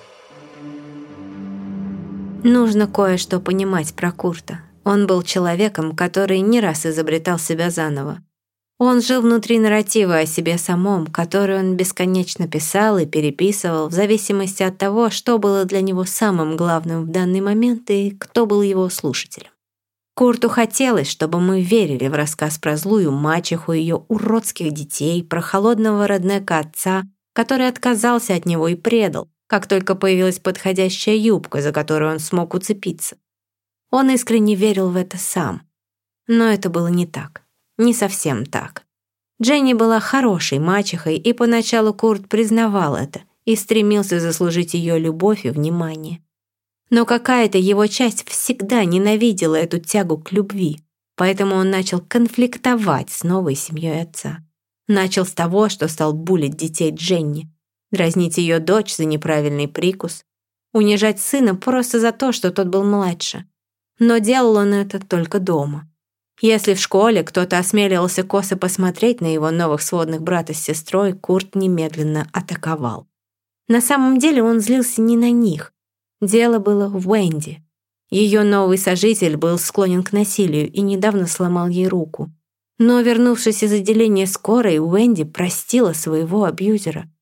Нужно кое-что понимать про Курта. Он был человеком, который не раз изобретал себя заново. Он жил внутри нарратива о себе самом, который он бесконечно писал и переписывал в зависимости от того, что было для него самым главным в данный момент и кто был его слушателем. Курту хотелось, чтобы мы верили в рассказ про злую мачеху, ее уродских детей, про холодного реднека отца, который отказался от него и предал, как только появилась подходящая юбка, за которую он смог уцепиться. Он искренне верил в это сам. Но это было не так. Не совсем так. Дженни была хорошей мачехой, и поначалу Курт признавал это и стремился заслужить ее любовь и внимание. Но какая-то его часть всегда ненавидела эту тягу к любви, поэтому он начал конфликтовать с новой семьей отца. Начал с того, что стал булить детей Дженни, дразнить ее дочь за неправильный прикус, унижать сына просто за то, что тот был младше. Но делал он это только дома. Если в школе кто-то осмеливался косо посмотреть на его новых сводных брата с сестрой, Курт немедленно атаковал. На самом деле он злился не на них. Дело было в Уэнди. Ее новый сожитель был склонен к насилию и недавно сломал ей руку. Но, вернувшись из отделения скорой, Уэнди простила своего абьюзера.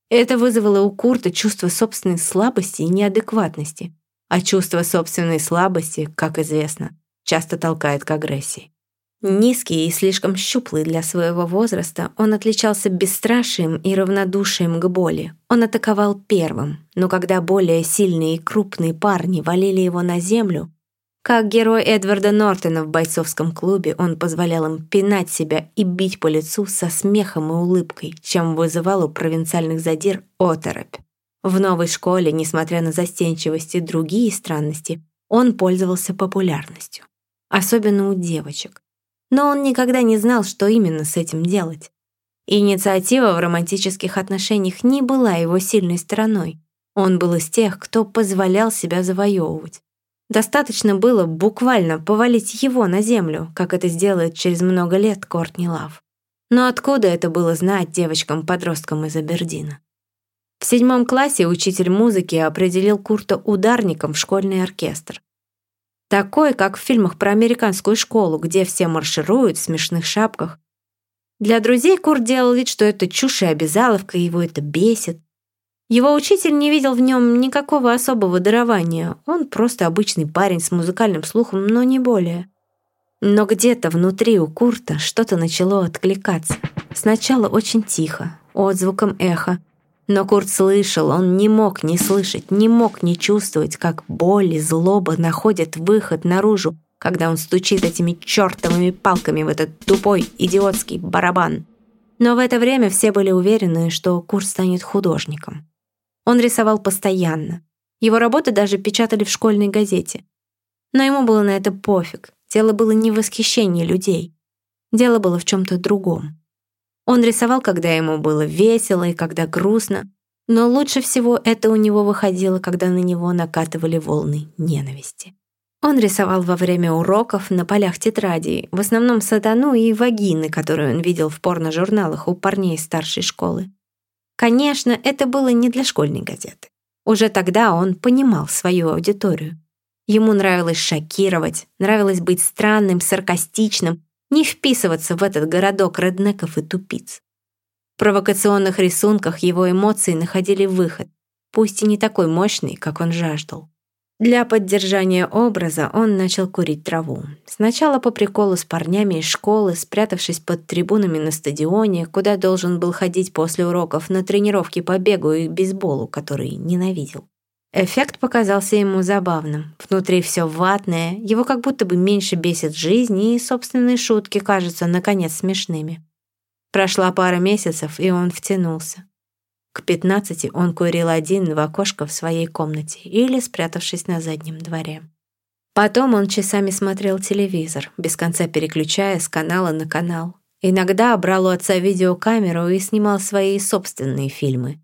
Это вызвало у Курта чувство собственной слабости и неадекватности. А чувство собственной слабости, как известно, часто толкает к агрессии. Низкий и слишком щуплый для своего возраста, он отличался бесстрашием и равнодушием к боли. Он атаковал первым, но когда более сильные и крупные парни валили его на землю, как герой Эдварда Нортона в бойцовском клубе, он позволял им пинать себя и бить по лицу со смехом и улыбкой, чем вызывал у провинциальных задир оторопь. В новой школе, несмотря на застенчивость и другие странности, он пользовался популярностью, особенно у девочек. Но он никогда не знал, что именно с этим делать. Инициатива в романтических отношениях не была его сильной стороной. Он был из тех, кто позволял себя завоевывать. Достаточно было буквально повалить его на землю, как это сделает через много лет Кортни Лав. Но откуда это было знать девочкам-подросткам из Абердина? В седьмом классе учитель музыки определил Курта ударником в школьный оркестр. Такой, как в фильмах про американскую школу, где все маршируют в смешных шапках. Для друзей Курт делал вид, что это чушь и обязаловка, и его это бесит. Его учитель не видел в нем никакого особого дарования. Он просто обычный парень с музыкальным слухом, но не более. Но где-то внутри у Курта что-то начало откликаться. Сначала очень тихо, отзвуком эха. Но Курт слышал, он не мог не слышать, не мог не чувствовать, как боль и злоба находят выход наружу, когда он стучит этими чертовыми палками в этот тупой, идиотский барабан. Но в это время все были уверены, что Курт станет художником. Он рисовал постоянно. Его работы даже печатали в школьной газете. Но ему было на это пофиг. Дело было не в восхищении людей. Дело было в чем-то другом. Он рисовал, когда ему было весело и когда грустно, но лучше всего это у него выходило, когда на него накатывали волны ненависти. Он рисовал во время уроков на полях тетрадей, в основном сатану и вагины, которые он видел в порно-журналах у парней старшей школы. Конечно, это было не для школьной газеты. Уже тогда он понимал свою аудиторию. Ему нравилось шокировать, нравилось быть странным, саркастичным, не вписываться в этот городок реднеков и тупиц. В провокационных рисунках его эмоции находили выход, пусть и не такой мощный, как он жаждал. Для поддержания образа он начал курить траву. Сначала по приколу с парнями из школы, спрятавшись под трибунами на стадионе, куда должен был ходить после уроков на тренировки по бегу и бейсболу, который ненавидел. Эффект показался ему забавным. Внутри все ватное, его как будто бы меньше бесит жизнь, и собственные шутки кажутся, наконец, смешными. Прошла пара месяцев, и он втянулся. К пятнадцати он курил один в окошко в своей комнате или спрятавшись на заднем дворе. Потом он часами смотрел телевизор, без конца переключая с канала на канал. Иногда брал у отца видеокамеру и снимал свои собственные фильмы.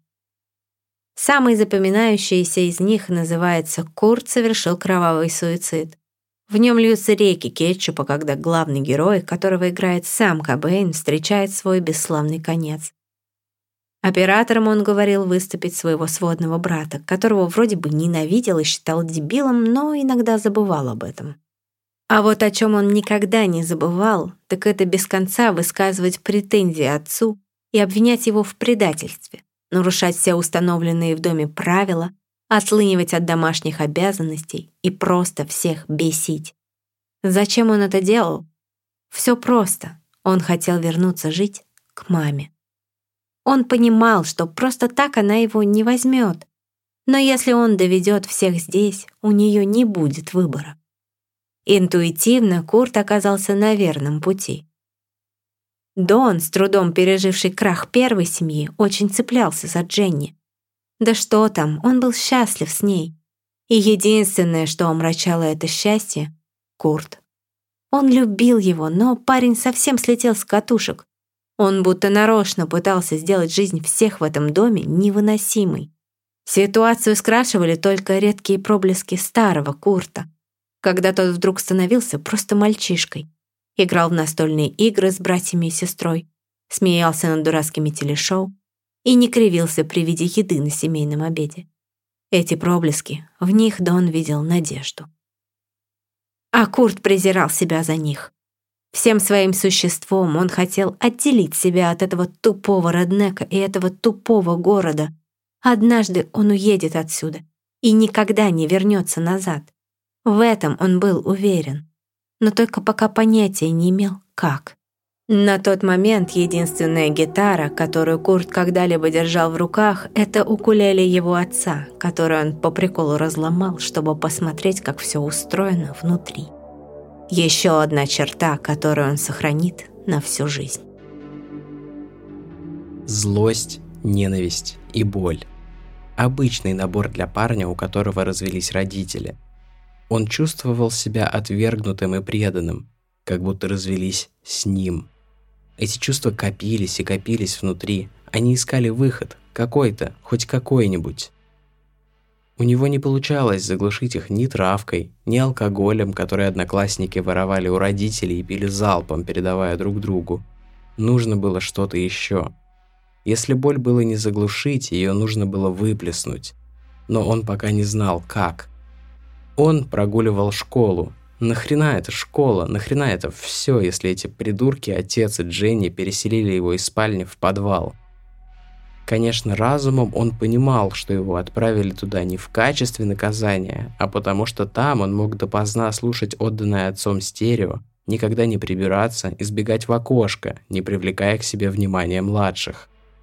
Самый запоминающийся из них называется «Курт совершил кровавый суицид». В нем льются реки кетчупа, когда главный герой, которого играет сам Кобейн, встречает свой бесславный конец. Оператором он говорил выступить своего сводного брата, которого вроде бы ненавидел и считал дебилом, но иногда забывал об этом. А вот о чем он никогда не забывал, так это без конца высказывать претензии отцу и обвинять его в предательстве, нарушать все установленные в доме правила, отлынивать от домашних обязанностей и просто всех бесить. Зачем он это делал? Все просто. Он хотел вернуться жить к маме. Он понимал, что просто так она его не возьмет. Но если он доведет всех здесь, у нее не будет выбора. Интуитивно Курт оказался на верном пути. Дон, с трудом переживший крах первой семьи, очень цеплялся за Дженни. Да что там, он был счастлив с ней. И единственное, что омрачало это счастье — Курт. Он любил его, но парень совсем слетел с катушек. Он будто нарочно пытался сделать жизнь всех в этом доме невыносимой. Ситуацию скрашивали только редкие проблески старого Курта, когда тот вдруг становился просто мальчишкой, играл в настольные игры с братьями и сестрой, смеялся над дурацкими телешоу и не кривился при виде еды на семейном обеде. Эти проблески, в них Дон видел надежду. А Курт презирал себя за них. Всем своим существом он хотел отделить себя от этого тупого реднека и этого тупого города. Однажды он уедет отсюда и никогда не вернется назад. В этом он был уверен, но только пока понятия не имел, как. На тот момент единственная гитара, которую Курт когда-либо держал в руках, это укулеле его отца, которую он по приколу разломал, чтобы посмотреть, как все устроено внутри. Еще одна черта, которую он сохранит на всю жизнь. Злость, ненависть и боль. Обычный набор для парня, у которого развелись родители. Он чувствовал себя отвергнутым и преданным, как будто развелись с ним. Эти чувства копились и копились внутри. Они искали выход, какой-то, хоть какой-нибудь. У него не получалось заглушить их ни травкой, ни алкоголем, который одноклассники воровали у родителей и пили залпом, передавая друг другу. Нужно было что-то еще. Если боль было не заглушить, ее нужно было выплеснуть. Но он пока не знал, как. Он прогуливал школу. Нахрена это школа? Нахрена это все, если эти придурки, отец и Дженни, переселили его из спальни в подвал? Конечно, разумом он понимал, что его отправили туда не в качестве наказания, а потому что там он мог допоздна слушать отданное отцом стерео, никогда не прибираться, избегать в окошко, не привлекая к себе внимания младших.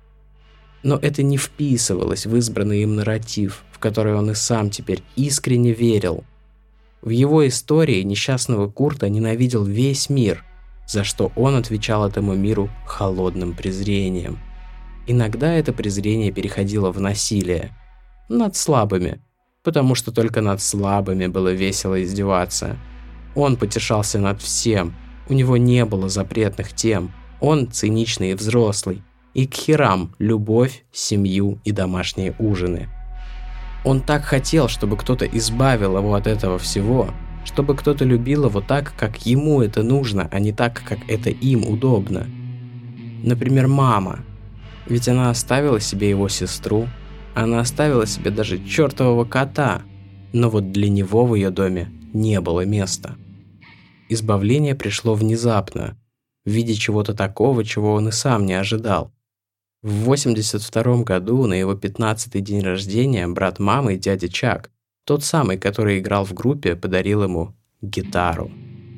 Но это не вписывалось в избранный им нарратив, в который он и сам теперь искренне верил. В его истории несчастного Курта ненавидел весь мир, за что он отвечал этому миру холодным презрением. Иногда это презрение переходило в насилие. Над слабыми. Потому что только над слабыми было весело издеваться. Он потешался над всем. У него не было запретных тем. Он циничный и взрослый. И к херам любовь, семью и домашние ужины. Он так хотел, чтобы кто-то избавил его от этого всего. Чтобы кто-то любил его так, как ему это нужно, а не так, как это им удобно. Например, мама. Ведь она оставила себе его сестру, она оставила себе даже чертового кота, но вот для него в ее доме не было места. Избавление пришло внезапно, в виде чего-то такого, чего он и сам не ожидал. В восемьдесят втором году на его пятнадцатый день рождения брат мамы, дядя Чак, тот самый, который играл в группе, подарил ему гитару.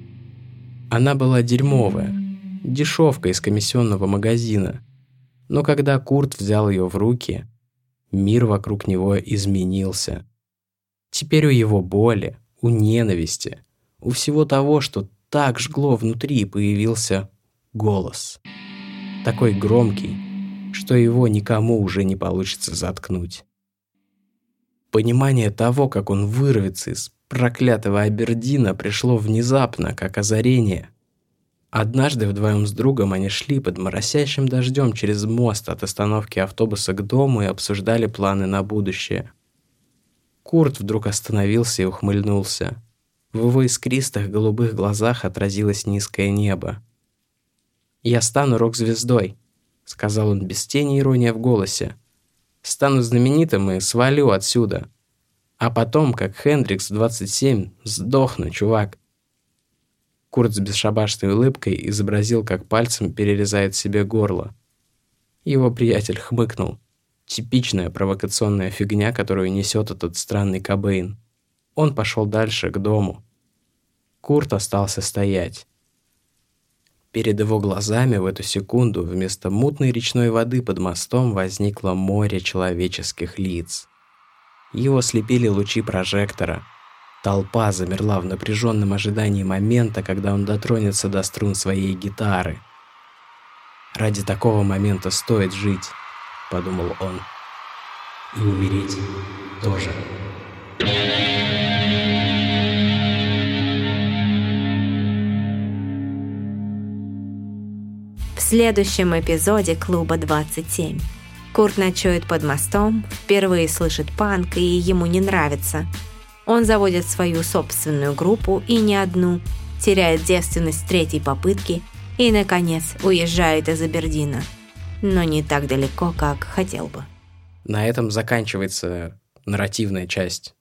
Она была дерьмовая, дешевка из комиссионного магазина. Но когда Курт взял ее в руки, мир вокруг него изменился. Теперь у его боли, у ненависти, у всего того, что так жгло внутри, появился голос. Такой громкий, что его никому уже не получится заткнуть. Понимание того, как он вырвется из проклятого Абердина, пришло внезапно, как озарение. Однажды вдвоем с другом они шли под моросящим дождем через мост от остановки автобуса к дому и обсуждали планы на будущее. Курт вдруг остановился и ухмыльнулся. В его искристых голубых глазах отразилось низкое небо. «Я стану рок-звездой», — сказал он без тени иронии в голосе. «Стану знаменитым и свалю отсюда. А потом, как Хендрикс в двадцать семь, сдохну, чувак». Курт с бесшабашной улыбкой изобразил, как пальцем перерезает себе горло. Его приятель хмыкнул. Типичная провокационная фигня, которую несет этот странный Кобейн. Он пошел дальше, к дому. Курт остался стоять. Перед его глазами в эту секунду вместо мутной речной воды под мостом возникло море человеческих лиц. Его слепили лучи прожектора. Толпа замерла в напряженном ожидании момента, когда он дотронется до струн своей гитары. «Ради такого момента стоит жить», — подумал он. «И умереть тоже». В следующем эпизоде Клуба двадцать семь. Курт ночует под мостом, впервые слышит панк, и ему не нравится. Он заводит свою собственную группу, и не одну, теряет девственность с третьей попытки и, наконец, уезжает из Абердина. Но не так далеко, как хотел бы. На этом заканчивается нарративная часть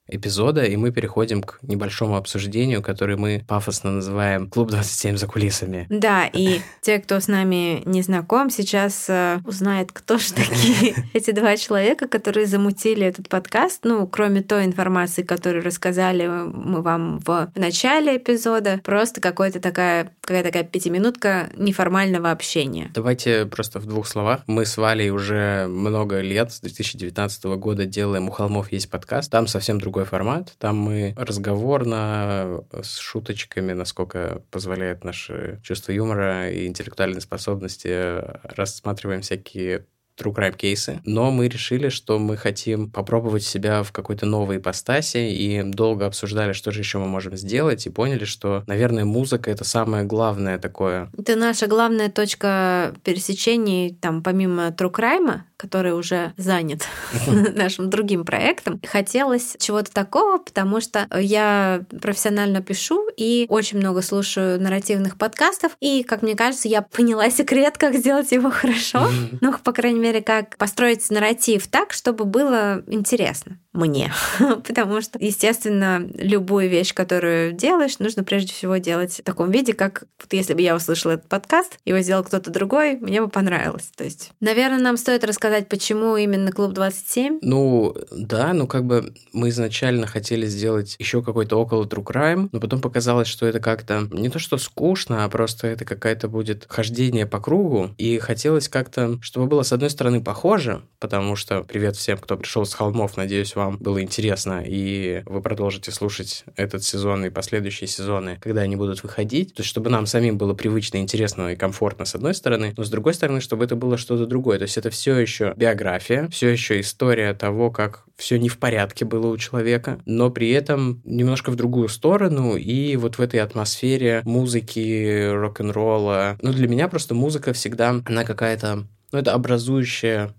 эпизода, и мы переходим к небольшому обсуждению, который мы пафосно называем «Клуб двадцать семь за кулисами». Да, и те, кто с нами не знаком, сейчас э, узнает, кто же такие эти два человека, которые замутили этот подкаст. Ну, кроме той информации, которую рассказали мы вам в начале эпизода, просто какая-то такая, какая-то такая пятиминутка неформального общения. Давайте просто в двух словах. Мы с Валей уже много лет, с две тысячи девятнадцатого года делаем «У холмов есть подкаст». Там совсем другой формат. Там мы разговорно, с шуточками, насколько позволяет наше чувство юмора и интеллектуальные способности, рассматриваем всякие true crime кейсы, но мы решили, что мы хотим попробовать себя в какой-то новой ипостаси, и долго обсуждали, что же еще мы можем сделать, и поняли, что, наверное, музыка — это самое главное такое. Это наша главная точка пересечений, там, помимо true crime, который уже занят нашим другим проектом. Хотелось чего-то такого, потому что я профессионально пишу и очень много слушаю нарративных подкастов, и, как мне кажется, я поняла секрет, как сделать его хорошо. Ну, по крайней мере, как построить нарратив так, чтобы было интересно мне. Потому что, естественно, любую вещь, которую делаешь, нужно прежде всего делать в таком виде, как вот если бы я услышала этот подкаст, его сделал кто-то другой, мне бы понравилось. То есть, наверное, нам стоит рассказать, почему именно Клуб двадцать семь. Ну, да, ну как бы мы изначально хотели сделать еще какой-то около true crime, но потом показалось, что это как-то не то что скучно, а просто это какая-то будет хождение по кругу, и хотелось как-то, чтобы было с одной стороны похоже, потому что привет всем, кто пришел с холмов, надеюсь, вам было интересно, и вы продолжите слушать этот сезон и последующие сезоны, когда они будут выходить, то есть чтобы нам самим было привычно, интересно и комфортно с одной стороны, но с другой стороны, чтобы это было что-то другое, то есть это все еще биография, все еще история того, как все не в порядке было у человека, но при этом немножко в другую сторону, и вот в этой атмосфере музыки, рок-н-ролла. Ну, для меня просто музыка всегда, она какая-то, ну, это образующая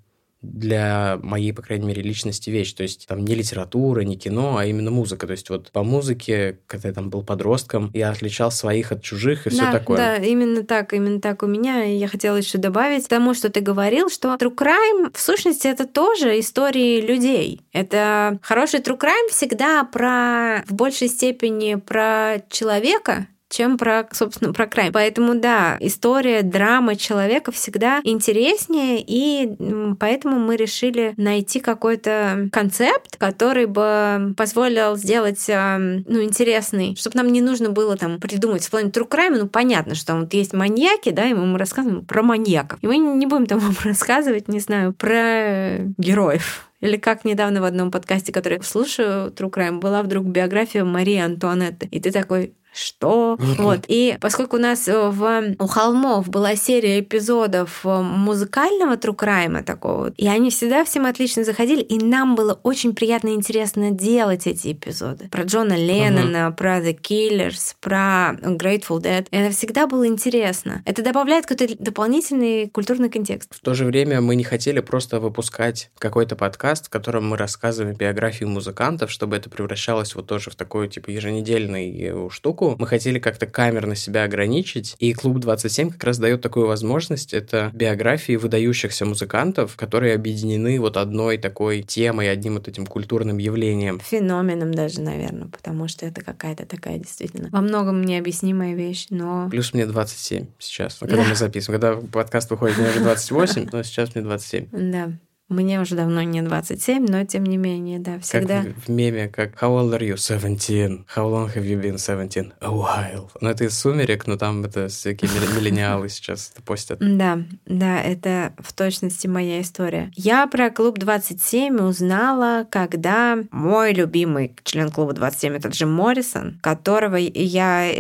для моей, по крайней мере, личности вещь. То есть там не литература, не кино, а именно музыка. То есть вот по музыке, когда я там был подростком, я отличал своих от чужих и да, все такое. Да, именно так, именно так у меня. И я хотела еще добавить к тому, что ты говорил, что true crime, в сущности, это тоже истории людей. Это хороший true crime всегда про, в большей степени про человека, чем про, собственно, про крайм. Поэтому, да, история, драма человека всегда интереснее, и поэтому мы решили найти какой-то концепт, который бы позволил сделать, ну, интересный, чтобы нам не нужно было там придумать в плане true crime, ну, понятно, что вот есть маньяки, да, и мы рассказываем про маньяков. И мы не будем там вам рассказывать, не знаю, про героев. Или как недавно в одном подкасте, который слушаю, True Crime, была вдруг биография Марии Антуанетты. И ты такой, что? Вот. И поскольку у нас в «У холмов» была серия эпизодов музыкального true crime такого, и они всегда всем отлично заходили, и нам было очень приятно и интересно делать эти эпизоды. Про Джона Леннона, uh-huh. про The Killers, про Grateful Dead. Это всегда было интересно. Это добавляет какой-то дополнительный культурный контекст. В то же время мы не хотели просто выпускать какой-то подкаст, в котором мы рассказываем биографию музыкантов, чтобы это превращалось вот тоже в такую типа еженедельную штуку. Мы хотели как-то камерно себя ограничить, и Клуб двадцать семь как раз дает такую возможность. Это биографии выдающихся музыкантов, которые объединены вот одной такой темой, одним вот этим культурным явлением. Феноменом даже, наверное, потому что это какая-то такая действительно во многом необъяснимая вещь, но... Плюс мне двадцать семь сейчас, когда да. мы записываем. Когда подкаст выходит, мне уже двадцать восемь, но сейчас мне двадцать семь. Да. Мне уже давно не двадцать семь, но тем не менее, да, всегда... Как в, в меме, как «How old are you? seventeen. How long have you been seventeen? A while». Ну, это из «Сумерек», но там это всякие миллениалы сейчас это постят. Да, да, это в точности моя история. Я про Клуб двадцать семь узнала, когда мой любимый член Клуба двадцать семь — это Джим Моррисон, которого я...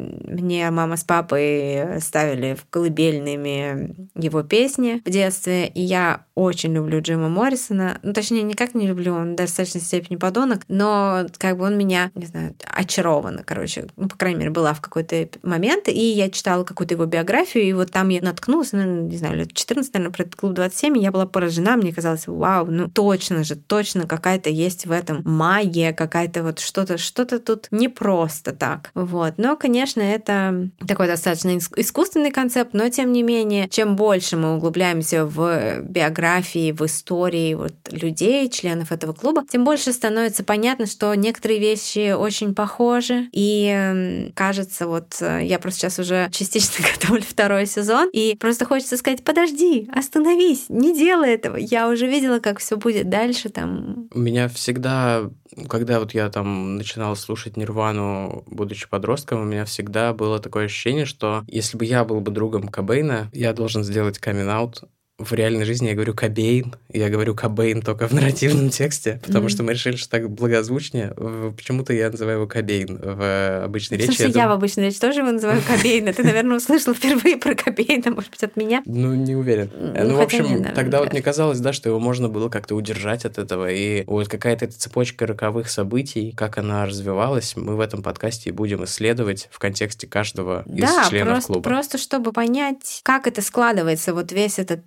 Мне мама с папой ставили в колыбельными его песни в детстве, и я очень люблю Джима Моррисона. Ну, точнее, никак не люблю, он в достаточной степени подонок, но как бы он меня, не знаю, очарована, короче. Ну, по крайней мере, была в какой-то момент, и я читала какую-то его биографию, и вот там я наткнулась, ну, не знаю, лет четырнадцать, наверное, про Клуб двадцать семь, и я была поражена, мне казалось, вау, ну, точно же, точно какая-то есть в этом магия, какая-то вот что-то, что-то тут не просто так. Вот. Но, конечно, это такой достаточно искусственный концепт, но, тем не менее, чем больше мы углубляемся в биографии, в истории вот людей, членов этого клуба, тем больше становится понятно, что некоторые вещи очень похожи. И кажется, вот я просто сейчас уже частично готовлю второй сезон, и просто хочется сказать: подожди, остановись, не делай этого. Я уже видела, как все будет дальше там. У меня всегда, когда вот я там начинал слушать Нирвану, будучи подростком, у меня всегда было такое ощущение, что если бы я был бы другом Кобейна, я должен сделать камин-аут. В реальной жизни я говорю Кобейн, я говорю Кобейн только в нарративном тексте, потому mm-hmm. что мы решили, что так благозвучнее. Почему-то я называю его Кобейн в обычной речи. Слушай, я, я в обычной речи тоже его называю Кобейн. Ты, наверное, услышал впервые про Кобейна, может быть, от меня? Ну, не уверен. Ну, ну в общем, мне, тогда вот мне казалось, да, что его можно было как-то удержать от этого. И вот какая-то эта цепочка роковых событий, как она развивалась, мы в этом подкасте и будем исследовать в контексте каждого из да, членов просто, клуба. просто чтобы понять, как это складывается, вот весь этот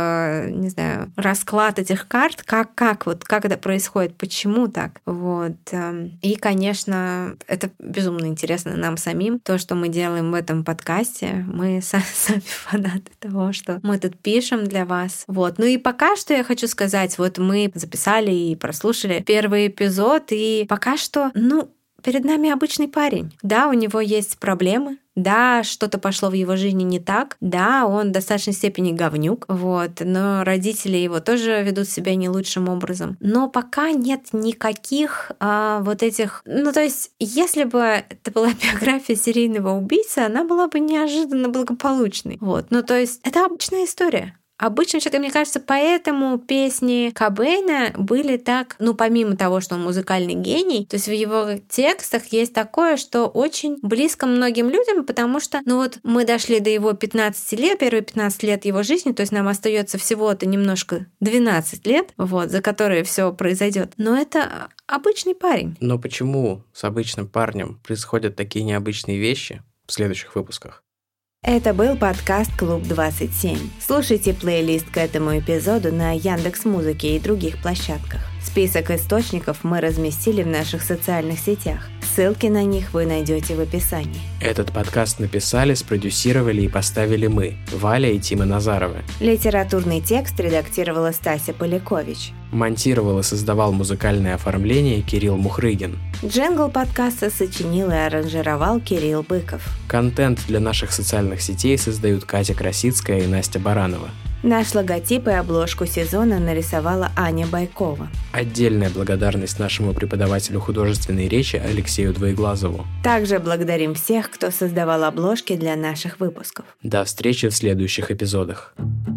не знаю, расклад этих карт, как, как, вот, как это происходит, почему так. Вот. И, конечно, это безумно интересно нам самим, то, что мы делаем в этом подкасте. Мы сами фанаты того, что мы тут пишем для вас. Вот. Ну и пока что я хочу сказать, вот мы записали и прослушали первый эпизод, и пока что, ну, перед нами обычный парень. Да, у него есть проблемы, да, что-то пошло в его жизни не так, да, он в достаточной степени говнюк, вот, но родители его тоже ведут себя не лучшим образом. Но пока нет никаких а, вот этих... Ну, то есть, если бы это была биография серийного убийцы, она была бы неожиданно благополучной. Вот, ну, то есть, это обычная история. Обычно человек, мне кажется, поэтому песни Кобейна были так, ну, помимо того, что он музыкальный гений, то есть в его текстах есть такое, что очень близко многим людям, потому что, ну вот, мы дошли до его пятнадцати лет, первые пятнадцать лет его жизни, то есть нам остается всего-то немножко двенадцать лет, вот, за которые все произойдет. Но это обычный парень. Но почему с обычным парнем происходят такие необычные вещи в следующих выпусках? Это был подкаст «Клуб двадцать семь». Слушайте плейлист к этому эпизоду на Яндекс.Музыке и других площадках. Список источников мы разместили в наших социальных сетях. Ссылки на них вы найдете в описании. Этот подкаст написали, спродюсировали и поставили мы, Валя и Тима Назаровы. Литературный текст редактировала Стася Полякович. Монтировал и создавал музыкальное оформление Кирилл Мухрыгин. Джингл подкаста сочинил и аранжировал Кирилл Быков. Контент для наших социальных сетей создают Катя Красицкая и Настя Баранова. Наш логотип и обложку сезона нарисовала Аня Байкова. Отдельная благодарность нашему преподавателю художественной речи Алексею Двоеглазову. Также благодарим всех, кто создавал обложки для наших выпусков. До встречи в следующих эпизодах.